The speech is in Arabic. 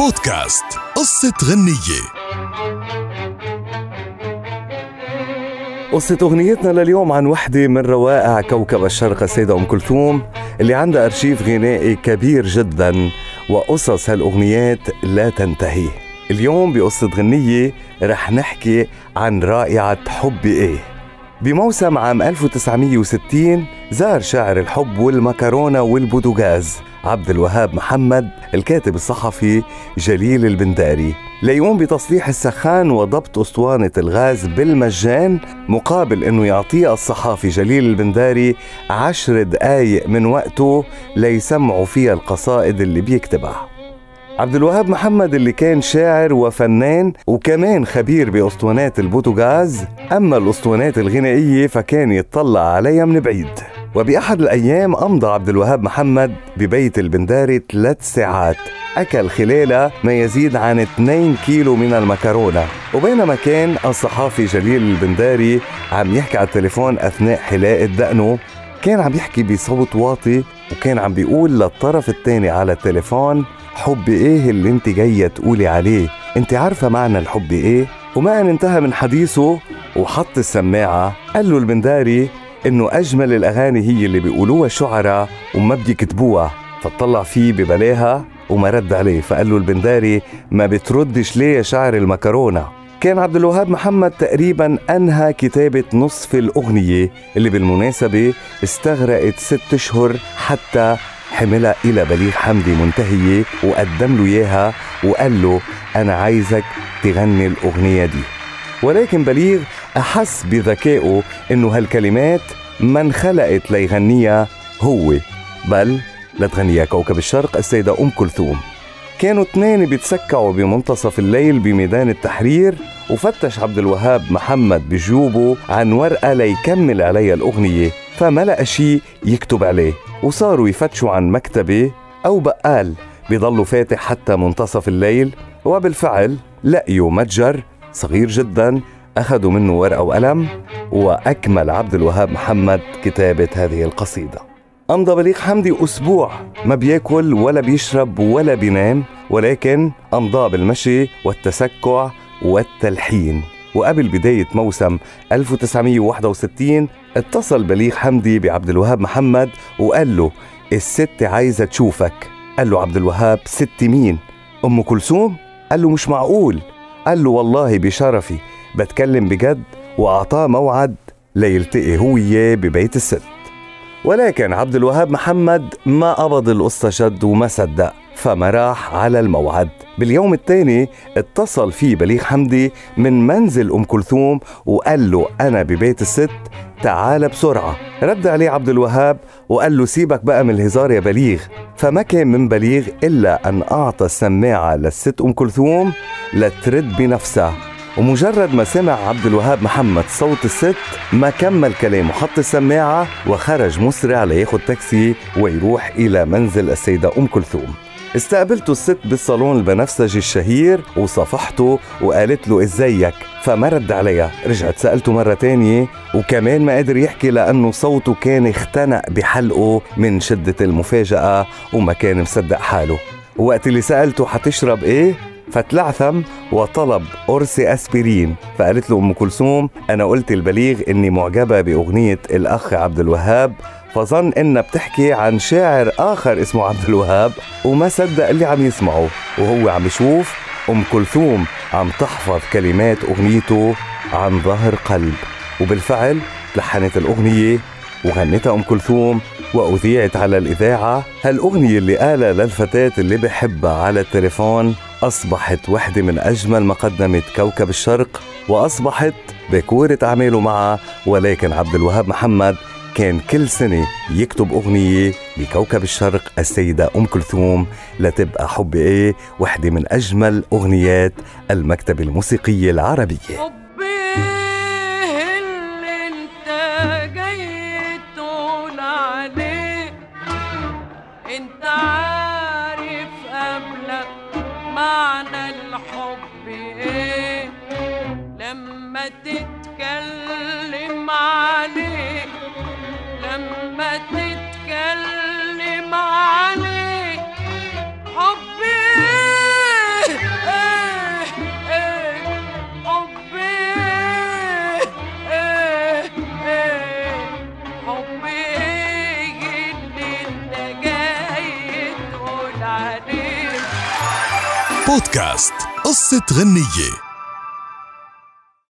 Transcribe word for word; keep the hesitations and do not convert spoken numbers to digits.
بودكاست قصة غنية. قصة أغنيتنا لليوم عن وحدة من روائع كوكب الشرق السيدة أم كلثوم، اللي عندها أرشيف غنائي كبير جدا وقصص هالأغنيات لا تنتهي. اليوم بقصة غنية رح نحكي عن رائعة حبي إيه. بموسم عام ألف وتسعمية وستين زار شاعر الحب والمكرونة والبوتوغاز عبد الوهاب محمد الكاتب الصحفي جليل البنداري ليقوم بتصليح السخان وضبط أسطوانة الغاز بالمجان، مقابل أنه يعطيه الصحافي جليل البنداري عشر دقايق من وقته ليسمعوا فيها القصائد اللي بيكتبها. عبد الوهاب محمد اللي كان شاعر وفنان وكمان خبير بأسطوانات البوتوغاز، أما الأسطوانات الغنائية فكان يتطلع عليها من بعيد. وبأحد الأيام أمضى عبد الوهاب محمد ببيت البنداري ثلاث ساعات، أكل خلالها ما يزيد عن اثنين كيلو من المكرونة. وبينما كان الصحافي جليل البنداري عم يحكي على التليفون أثناء حلاقة دقنه، كان عم يحكي بصوت واطي وكان عم بيقول للطرف الثاني على التليفون: حب ايه اللي انت جاية تقولي عليه؟ انت عارفة معنى الحب ايه؟ وما ان انتهى من حديثه وحط السماعة، قال له البنداري انه اجمل الاغاني هي اللي بيقولوها الشعراء وما بيكتبوها. فطلع فيه ببلاها وما رد عليه، فقال له البنداري: ما بتردش ليه يا شاعر المكرونة؟ كان عبد الوهاب محمد تقريبا انهى كتابة نصف الاغنية اللي بالمناسبة استغرقت ست اشهر حتى حملها إلى بليغ حمدي منتهية وقدم له إياها وقال له: أنا عايزك تغني الأغنية دي. ولكن بليغ أحس بذكائه إنه هالكلمات ما انخلقت ليغنيها هو، بل لتغنيها كوكب الشرق السيدة أم كلثوم. كانوا اثنين بيتسكعوا بمنتصف الليل بميدان التحرير، وفتش عبد الوهاب محمد بجيوبه عن ورقة ليكمل عليها الأغنية، فما لقى شي يكتب عليه. وصاروا يفتشوا عن مكتبة أو بقال بيضلوا فاتح حتى منتصف الليل، وبالفعل لقيوا متجر صغير جدا، أخذوا منه ورقة وقلم وأكمل عبد الوهاب محمد كتابة هذه القصيدة. أمضى بليغ حمدي أسبوع ما بياكل ولا بيشرب ولا بينام، ولكن أمضى بالمشي والتسكع والتلحين. وقبل بداية موسم ألف وتسعمية وواحد وستين اتصل بليغ حمدي بعبد الوهاب محمد وقال له: الست عايزة تشوفك. قال له عبد الوهاب: ست مين؟ أم كلثوم؟ قال له: مش معقول. قال له: والله بشرفي بتكلم بجد. وأعطاه موعد ليلتقي هو وياه ببيت الست. ولكن عبد الوهاب محمد ما قبض القصة جد وما صدق، فما راح على الموعد. باليوم الثاني اتصل فيه بليغ حمدي من منزل أم كلثوم وقال له: أنا ببيت الست، تعال بسرعة. رد عليه عبد الوهاب وقال له: سيبك بقى من الهزار يا بليغ. فما كان من بليغ إلا أن أعطى السماعة للست أم كلثوم لترد بنفسها. ومجرد ما سمع عبد الوهاب محمد صوت الست ما كمل كلامه، حط السماعة وخرج مسرع لياخد تاكسي ويروح إلى منزل السيدة أم كلثوم. استقبلته الست بالصالون البنفسجي الشهير وصفحته وقالت له: ازيك؟ فما رد عليها. رجعت سألته مرة تانية وكمان ما قدر يحكي لأنه صوته كان اختنق بحلقه من شدة المفاجأة وما كان مصدق حاله. وقت اللي سألته: حتشرب ايه؟ فتلعثم وطلب قرص أسبرين. فقالت له أم كلثوم: أنا قلت البليغ إني معجبة بأغنية الأخ عبد الوهاب، فظن إنها بتحكي عن شاعر آخر اسمه عبد الوهاب وما صدق اللي عم يسمعه، وهو عم يشوف أم كلثوم عم تحفظ كلمات أغنيته عن ظهر قلب. وبالفعل لحنت الأغنية وغنتها أم كلثوم وأذيعت على الإذاعة. هالأغنية اللي قالها للفتاة اللي بحبها على التليفون أصبحت واحدة من أجمل ما قدمت كوكب الشرق، وأصبحت بكورة أعماله معها. ولكن عبد الوهاب محمد كان كل سنة يكتب أغنية لكوكب الشرق السيدة أم كلثوم لتبقى حب إيه واحدة من أجمل أغنيات المكتبة الموسيقية العربية. انت عارف قبلك معنى الحب ايه لما تتكلم عليه، لما تتكلم عليه. حب ايه بودكاست قصة غنية.